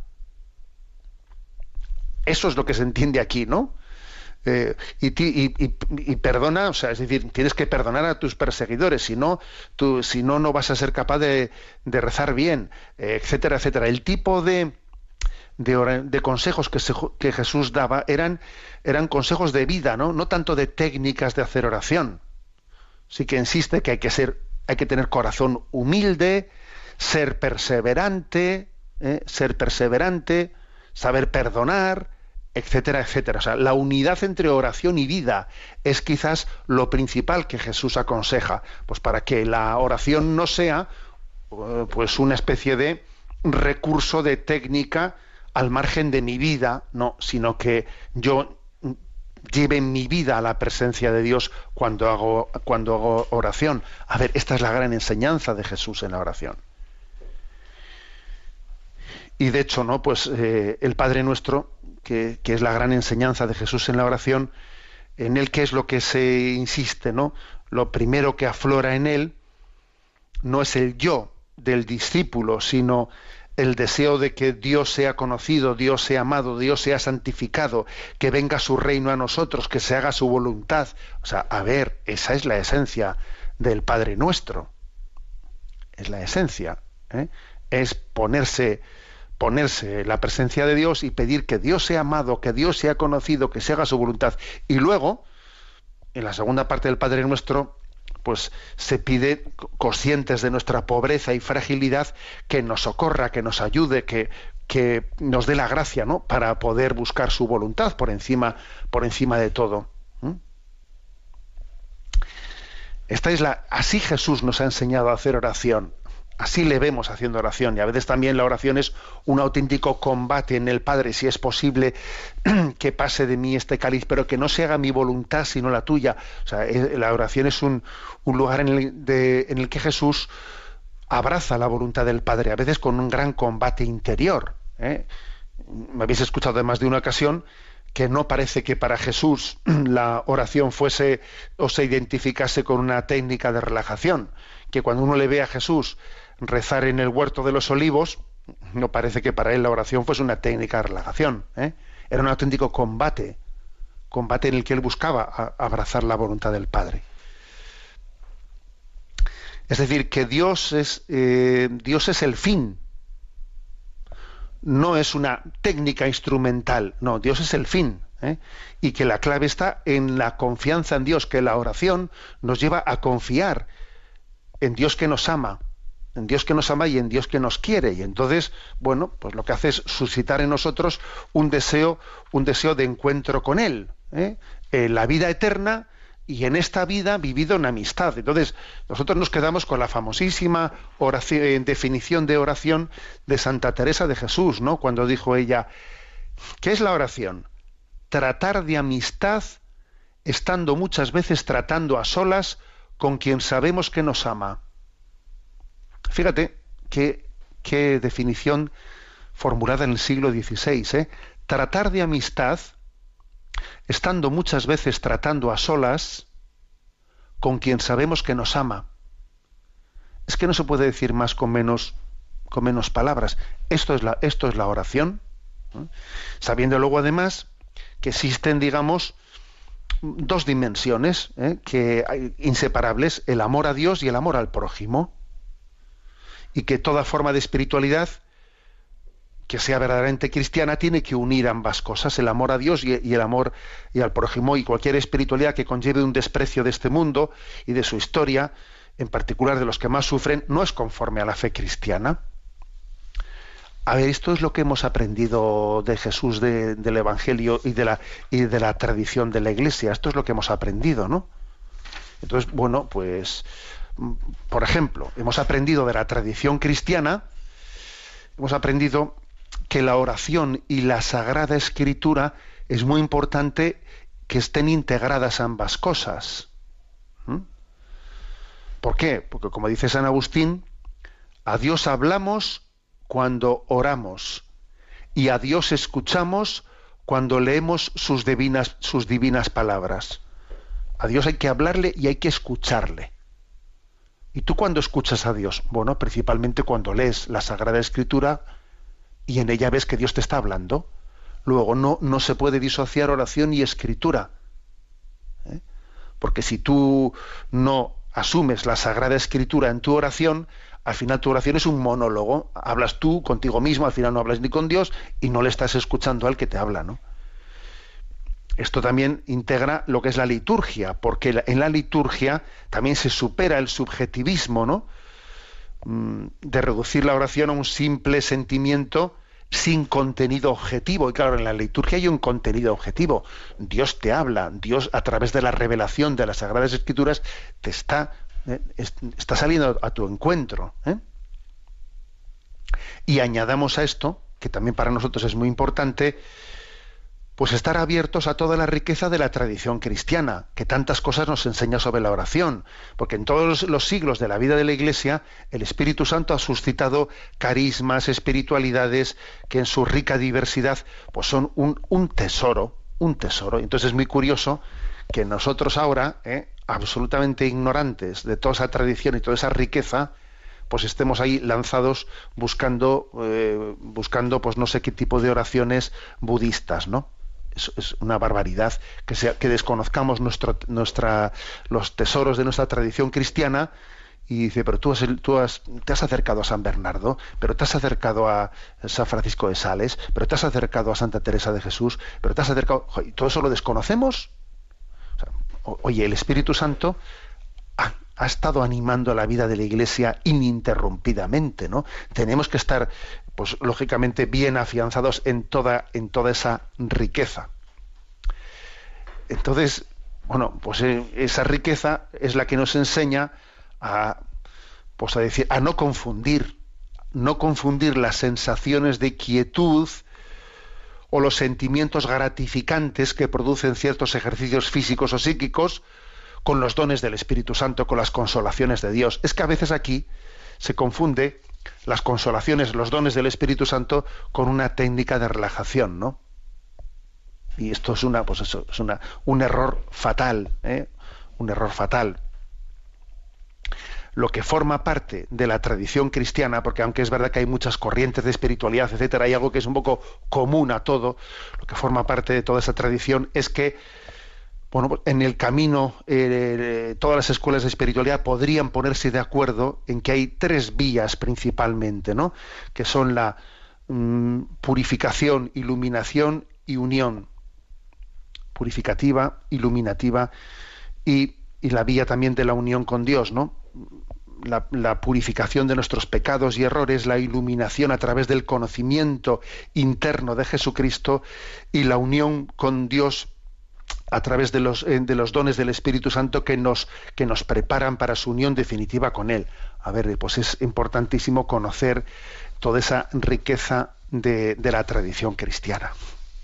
S3: Eso es lo que se entiende aquí, ¿no? Y perdona, o sea, es decir, tienes que perdonar a tus perseguidores, si no, no vas a ser capaz de rezar bien, etcétera, etcétera. El tipo de consejos que Jesús daba eran consejos de vida, no tanto de técnicas de hacer oración. Sí que insiste que hay que tener corazón humilde, ser perseverante, saber perdonar, etcétera, etcétera. O sea, la unidad entre oración y vida es quizás lo principal que Jesús aconseja, pues para que la oración no sea pues una especie de recurso de técnica al margen de mi vida, no, sino que yo lleve mi vida a la presencia de Dios cuando hago oración. A ver, esta es la gran enseñanza de Jesús en la oración. Y de hecho, ¿no? Pues el Padre Nuestro, que es la gran enseñanza de Jesús en la oración, en él, ¿qué es lo que se insiste, no? Lo primero que aflora en él no es el yo del discípulo, sino el deseo de que Dios sea conocido, Dios sea amado, Dios sea santificado, que venga su reino a nosotros, que se haga su voluntad. O sea, a ver, esa es la esencia del Padre Nuestro. Es la esencia, ¿eh? Es ponerse en la presencia de Dios y pedir que Dios sea amado, que Dios sea conocido, que se haga su voluntad. Y luego, en la segunda parte del Padre Nuestro, pues se pide, conscientes de nuestra pobreza y fragilidad, que nos socorra, que nos ayude, que nos dé la gracia, ¿no?, para poder buscar su voluntad por encima de todo. Así Jesús nos ha enseñado a hacer oración. Así le vemos haciendo oración, y a veces también la oración es un auténtico combate en el Padre. Si es posible que pase de mí este cáliz, pero que no se haga mi voluntad sino la tuya. O sea, la oración es un lugar en el que Jesús abraza la voluntad del Padre, a veces con un gran combate interior, ¿eh? Me habéis escuchado en más de una ocasión que no parece que para Jesús la oración fuese o se identificase con una técnica de relajación, que cuando uno le ve a Jesús rezar en el huerto de los olivos, no parece que para él la oración fuese una técnica de relajación, ¿eh? Era un auténtico combate en el que él buscaba abrazar la voluntad del Padre. Es decir, que Dios es el fin, no es una técnica instrumental, no, Dios es el fin, ¿eh? Y que la clave está en la confianza en Dios, que la oración nos lleva a confiar en Dios que nos ama, y en Dios que nos quiere. Y entonces, bueno, pues lo que hace es suscitar en nosotros un deseo de encuentro con Él, ¿eh? La vida eterna, y en esta vida vivido en amistad. Entonces, nosotros nos quedamos con la famosísima definición de oración de Santa Teresa de Jesús, ¿no? Cuando dijo ella: ¿Qué es la oración? Tratar de amistad estando muchas veces tratando a solas con quien sabemos que nos ama. Fíjate qué definición formulada en el siglo XVI, ¿eh? Tratar de amistad estando muchas veces tratando a solas con quien sabemos que nos ama. Es que no se puede decir más con menos palabras. Esto es la oración, ¿no? Sabiendo luego además que existen, digamos, dos dimensiones que hay inseparables, el amor a Dios y el amor al prójimo, y que toda forma de espiritualidad que sea verdaderamente cristiana tiene que unir ambas cosas, el amor a Dios y el amor y al prójimo, y cualquier espiritualidad que conlleve un desprecio de este mundo y de su historia, en particular de los que más sufren, no es conforme a la fe cristiana. A ver, esto es lo que hemos aprendido de Jesús, del Evangelio y de la tradición de la Iglesia. Esto es lo que hemos aprendido, ¿no? Entonces, bueno, pues, por ejemplo, hemos aprendido de la tradición cristiana, hemos aprendido que la oración y la Sagrada Escritura es muy importante que estén integradas ambas cosas. ¿Por qué? Porque, como dice San Agustín, a Dios hablamos cuando oramos y a Dios escuchamos cuando leemos sus divinas palabras. A Dios hay que hablarle y hay que escucharle. ¿Y tú cuándo escuchas a Dios? Bueno, principalmente cuando lees la Sagrada Escritura y en ella ves que Dios te está hablando. Luego no se puede disociar oración y escritura, ¿eh? Porque si tú no asumes la Sagrada Escritura en tu oración, al final tu oración es un monólogo. Hablas tú contigo mismo, al final no hablas ni con Dios y no le estás escuchando al que te habla, ¿no? Esto también integra lo que es la liturgia, porque en la liturgia también se supera el subjetivismo, ¿no? De reducir la oración a un simple sentimiento sin contenido objetivo. Y claro, en la liturgia hay un contenido objetivo. Dios te habla, Dios a través de la revelación de las Sagradas Escrituras te está saliendo a tu encuentro, ¿eh? Y añadamos a esto, que también para nosotros es muy importante, pues estar abiertos a toda la riqueza de la tradición cristiana, que tantas cosas nos enseña sobre la oración, porque en todos los siglos de la vida de la Iglesia el Espíritu Santo ha suscitado carismas, espiritualidades que en su rica diversidad pues son un tesoro. Entonces es muy curioso que nosotros ahora, absolutamente ignorantes de toda esa tradición y toda esa riqueza, pues estemos ahí lanzados buscando pues no sé qué tipo de oraciones budistas, ¿no? Es una barbaridad que desconozcamos los tesoros de nuestra tradición cristiana. Y dice, pero tú te has acercado a San Bernardo, pero te has acercado a San Francisco de Sales, pero te has acercado a Santa Teresa de Jesús, pero te has acercado... ¿Y todo eso lo desconocemos? O sea, oye, el Espíritu Santo ha estado animando la vida de la Iglesia ininterrumpidamente, ¿no? Tenemos que estar, pues lógicamente, bien afianzados en toda esa riqueza. Entonces, bueno, pues esa riqueza es la que nos enseña a no confundir las sensaciones de quietud o los sentimientos gratificantes que producen ciertos ejercicios físicos o psíquicos con los dones del Espíritu Santo, con las consolaciones de Dios. Es que a veces aquí se confunde las consolaciones, los dones del Espíritu Santo con una técnica de relajación, ¿no? Y esto es un error fatal, un error fatal. Lo que forma parte de la tradición cristiana, porque aunque es verdad que hay muchas corrientes de espiritualidad, etcétera, hay algo que es un poco común a todo, lo que forma parte de toda esa tradición es que, bueno, en el camino, todas las escuelas de espiritualidad podrían ponerse de acuerdo en que hay tres vías principalmente, ¿no? Que son la purificación, iluminación y unión. Purificativa, iluminativa y la vía también de la unión con Dios, ¿no? La purificación de nuestros pecados y errores, la iluminación a través del conocimiento interno de Jesucristo y la unión con Dios a través de los dones del Espíritu Santo que nos preparan para su unión definitiva con Él. A ver, pues es importantísimo conocer toda esa riqueza de la tradición cristiana.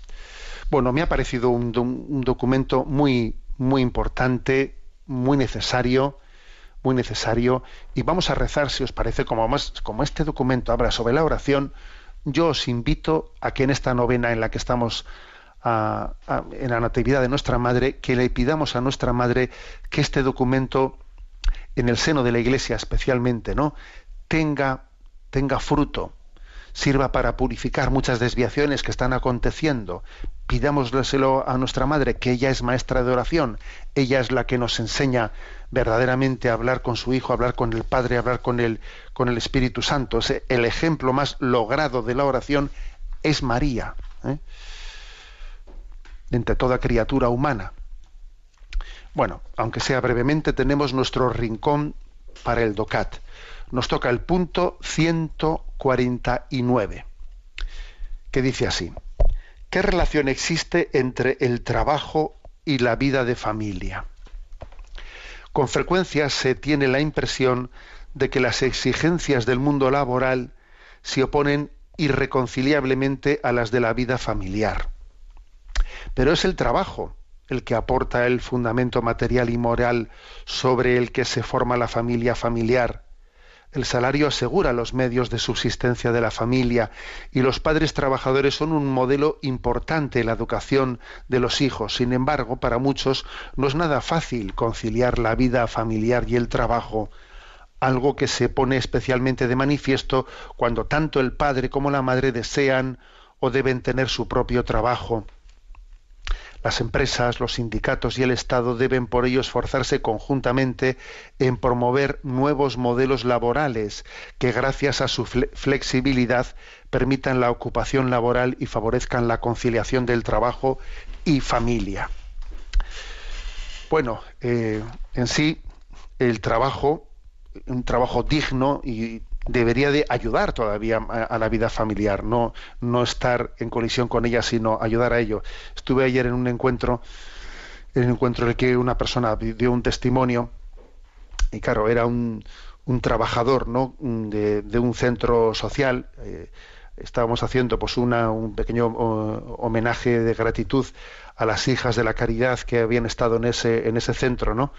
S3: Bueno, me ha parecido un documento muy, muy importante, muy necesario, y vamos a rezar, si os parece, como este documento habla sobre la oración, yo os invito a que en esta novena en la que estamos en la Natividad de nuestra Madre, que le pidamos a nuestra Madre que este documento, en el seno de la Iglesia especialmente, ¿no?, tenga fruto, sirva para purificar muchas desviaciones que están aconteciendo. Pidámoslo a nuestra Madre, que ella es maestra de oración, ella es la que nos enseña verdaderamente a hablar con su Hijo, a hablar con el Padre, a hablar con el Espíritu Santo. El ejemplo más logrado de la oración es María, entre toda criatura humana. Bueno, aunque sea brevemente, tenemos nuestro rincón para el DOCAT. Nos toca el punto 149, que dice así: ¿qué relación existe entre el trabajo y la vida de familia? Con frecuencia se tiene la impresión de que las exigencias del mundo laboral se oponen irreconciliablemente a las de la vida familiar. Pero es el trabajo el que aporta el fundamento material y moral sobre el que se forma la familia familiar. El salario asegura los medios de subsistencia de la familia y los padres trabajadores son un modelo importante en la educación de los hijos. Sin embargo, para muchos no es nada fácil conciliar la vida familiar y el trabajo, algo que se pone especialmente de manifiesto cuando tanto el padre como la madre desean o deben tener su propio trabajo. Las empresas, los sindicatos y el Estado deben por ello esforzarse conjuntamente en promover nuevos modelos laborales que, gracias a su flexibilidad, permitan la ocupación laboral y favorezcan la conciliación del trabajo y familia. Bueno, en sí, el trabajo, un trabajo digno, y debería de ayudar todavía a la vida familiar, no estar en colisión con ella, sino ayudar a ello. Estuve ayer en un encuentro en el que una persona dio un testimonio, y claro, era un trabajador, ¿no?, de un centro social. Estábamos haciendo pues un pequeño homenaje de gratitud a las hijas de la caridad que habían estado en ese centro, ¿no?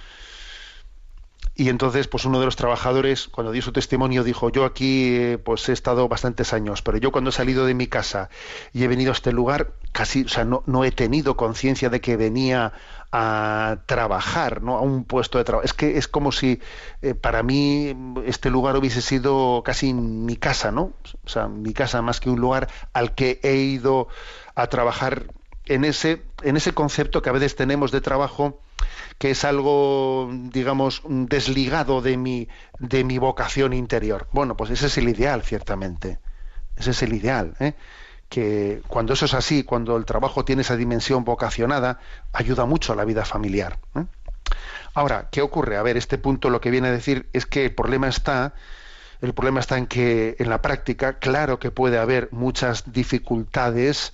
S3: Y entonces, pues uno de los trabajadores, cuando dio su testimonio, dijo: yo aquí pues he estado bastantes años, pero yo cuando he salido de mi casa y he venido a este lugar, casi, o sea, no he tenido conciencia de que venía a trabajar, ¿no?, a un puesto de trabajo. Es que es como si para mí este lugar hubiese sido casi mi casa, ¿no? O sea, mi casa más que un lugar al que he ido a trabajar en ese concepto que a veces tenemos de trabajo, que es algo, digamos, desligado de mi vocación interior. Bueno, pues ese es el ideal, ciertamente. Ese es el ideal, que cuando eso es así, cuando el trabajo tiene esa dimensión vocacionada, ayuda mucho a la vida familiar. Ahora, ¿qué ocurre? A ver, este punto lo que viene a decir es que el problema está en que en la práctica, claro que puede haber muchas dificultades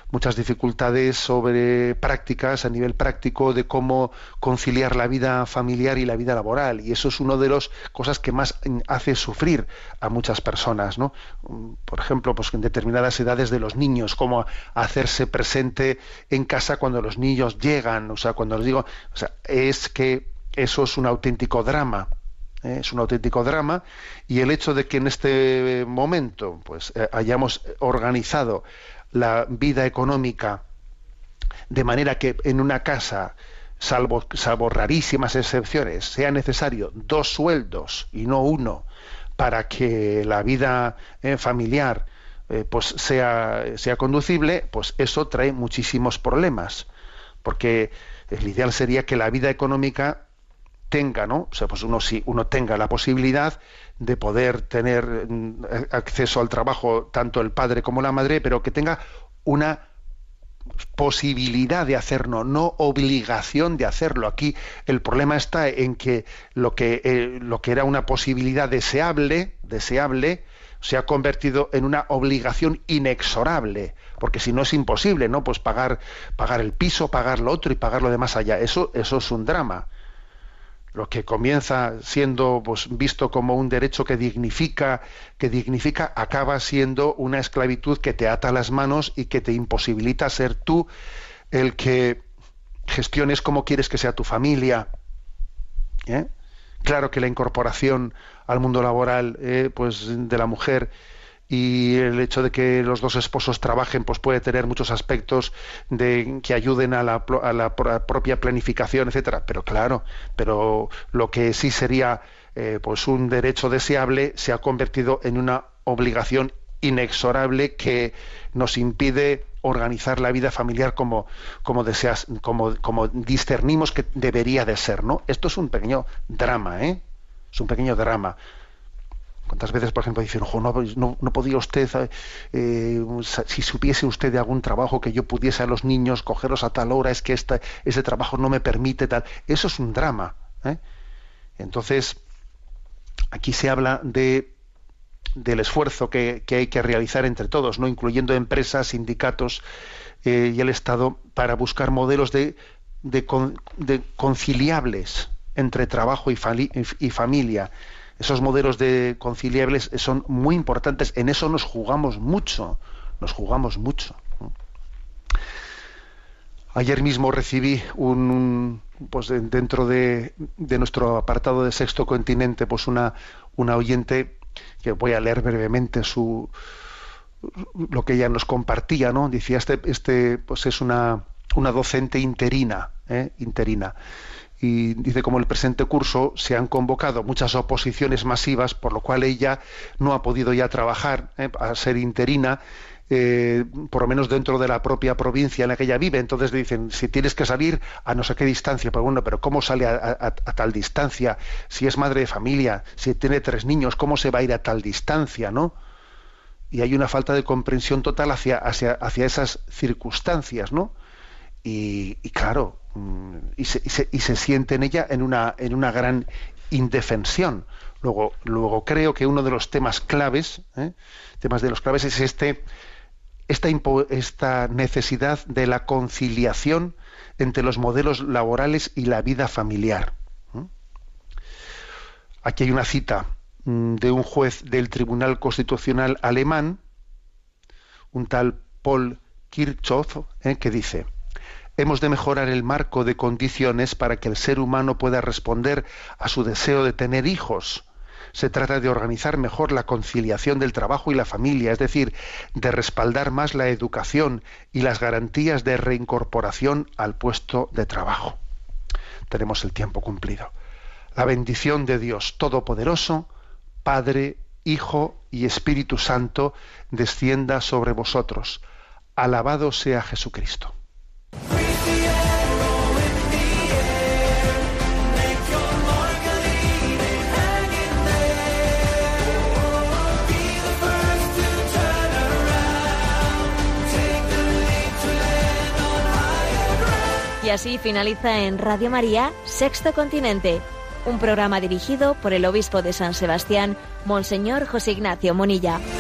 S3: sobre prácticas, a nivel práctico, de cómo conciliar la vida familiar y la vida laboral, y eso es una de las cosas que más hace sufrir a muchas personas, ¿no? Por ejemplo, pues en determinadas edades de los niños, cómo hacerse presente en casa cuando los niños llegan, o sea, cuando les digo, o sea, es que eso es un auténtico drama. Es un auténtico drama, y el hecho de que en este momento pues hayamos organizado la vida económica de manera que en una casa, salvo rarísimas excepciones, sea necesario 2 sueldos y no 1 para que la vida familiar pues sea conducible, pues eso trae muchísimos problemas, porque el ideal sería que la vida económica tenga, ¿no? O sea, pues uno tenga la posibilidad de poder tener acceso al trabajo, tanto el padre como la madre, pero que tenga una posibilidad de hacerlo, no obligación de hacerlo. Aquí el problema está en que lo que era una posibilidad deseable se ha convertido en una obligación inexorable, porque si no es imposible, ¿no? Pues pagar el piso, pagar lo otro y pagar lo demás allá. Eso es un drama. lo que comienza siendo pues visto como un derecho que dignifica, acaba siendo una esclavitud que te ata las manos y que te imposibilita ser tú el que gestiones cómo quieres que sea tu familia. Claro que la incorporación al mundo laboral pues de la mujer y el hecho de que los dos esposos trabajen pues puede tener muchos aspectos que ayuden a la propia planificación, etcétera. Pero lo que sí sería pues un derecho deseable se ha convertido en una obligación inexorable que nos impide organizar la vida familiar como discernimos que debería de ser, ¿no? Esto es un pequeño drama, es un pequeño drama. ¿Cuántas veces, por ejemplo, dicen, no podía usted, si supiese usted de algún trabajo que yo pudiese a los niños cogerlos a tal hora, es que ese trabajo no me permite tal? Eso es un drama. Entonces, aquí se habla del esfuerzo que hay que realizar entre todos, ¿no? Incluyendo empresas, sindicatos y el Estado, para buscar modelos de conciliables entre trabajo y familia. Esos modelos de conciliables son muy importantes. En eso nos jugamos mucho. Ayer mismo recibí pues dentro de nuestro apartado de Sexto Continente, pues una oyente, que voy a leer brevemente lo que ella nos compartía, ¿no? Decía, pues es una docente interina. Y dice, como el presente curso se han convocado muchas oposiciones masivas, por lo cual ella no ha podido ya trabajar a ser interina, por lo menos dentro de la propia provincia en la que ella vive. Entonces le dicen, si tienes que salir a no sé qué distancia, pero ¿cómo sale a tal distancia? Si es madre de familia, si tiene 3 niños, ¿cómo se va a ir a tal distancia, no? Y hay una falta de comprensión total hacia esas circunstancias, ¿no? Y claro, y se siente en ella en una gran indefensión. Luego creo que uno de los temas claves es esta necesidad de la conciliación entre los modelos laborales y la vida familiar. Aquí hay una cita de un juez del Tribunal Constitucional alemán, un tal Paul Kirchhoff, que dice: hemos de mejorar el marco de condiciones para que el ser humano pueda responder a su deseo de tener hijos. Se trata de organizar mejor la conciliación del trabajo y la familia, es decir, de respaldar más la educación y las garantías de reincorporación al puesto de trabajo. Tenemos el tiempo cumplido. La bendición de Dios Todopoderoso, Padre, Hijo y Espíritu Santo, descienda sobre vosotros. Alabado sea Jesucristo.
S2: Y así finaliza en Radio María, Sexto Continente, un programa dirigido por el obispo de San Sebastián, Monseñor José Ignacio Munilla.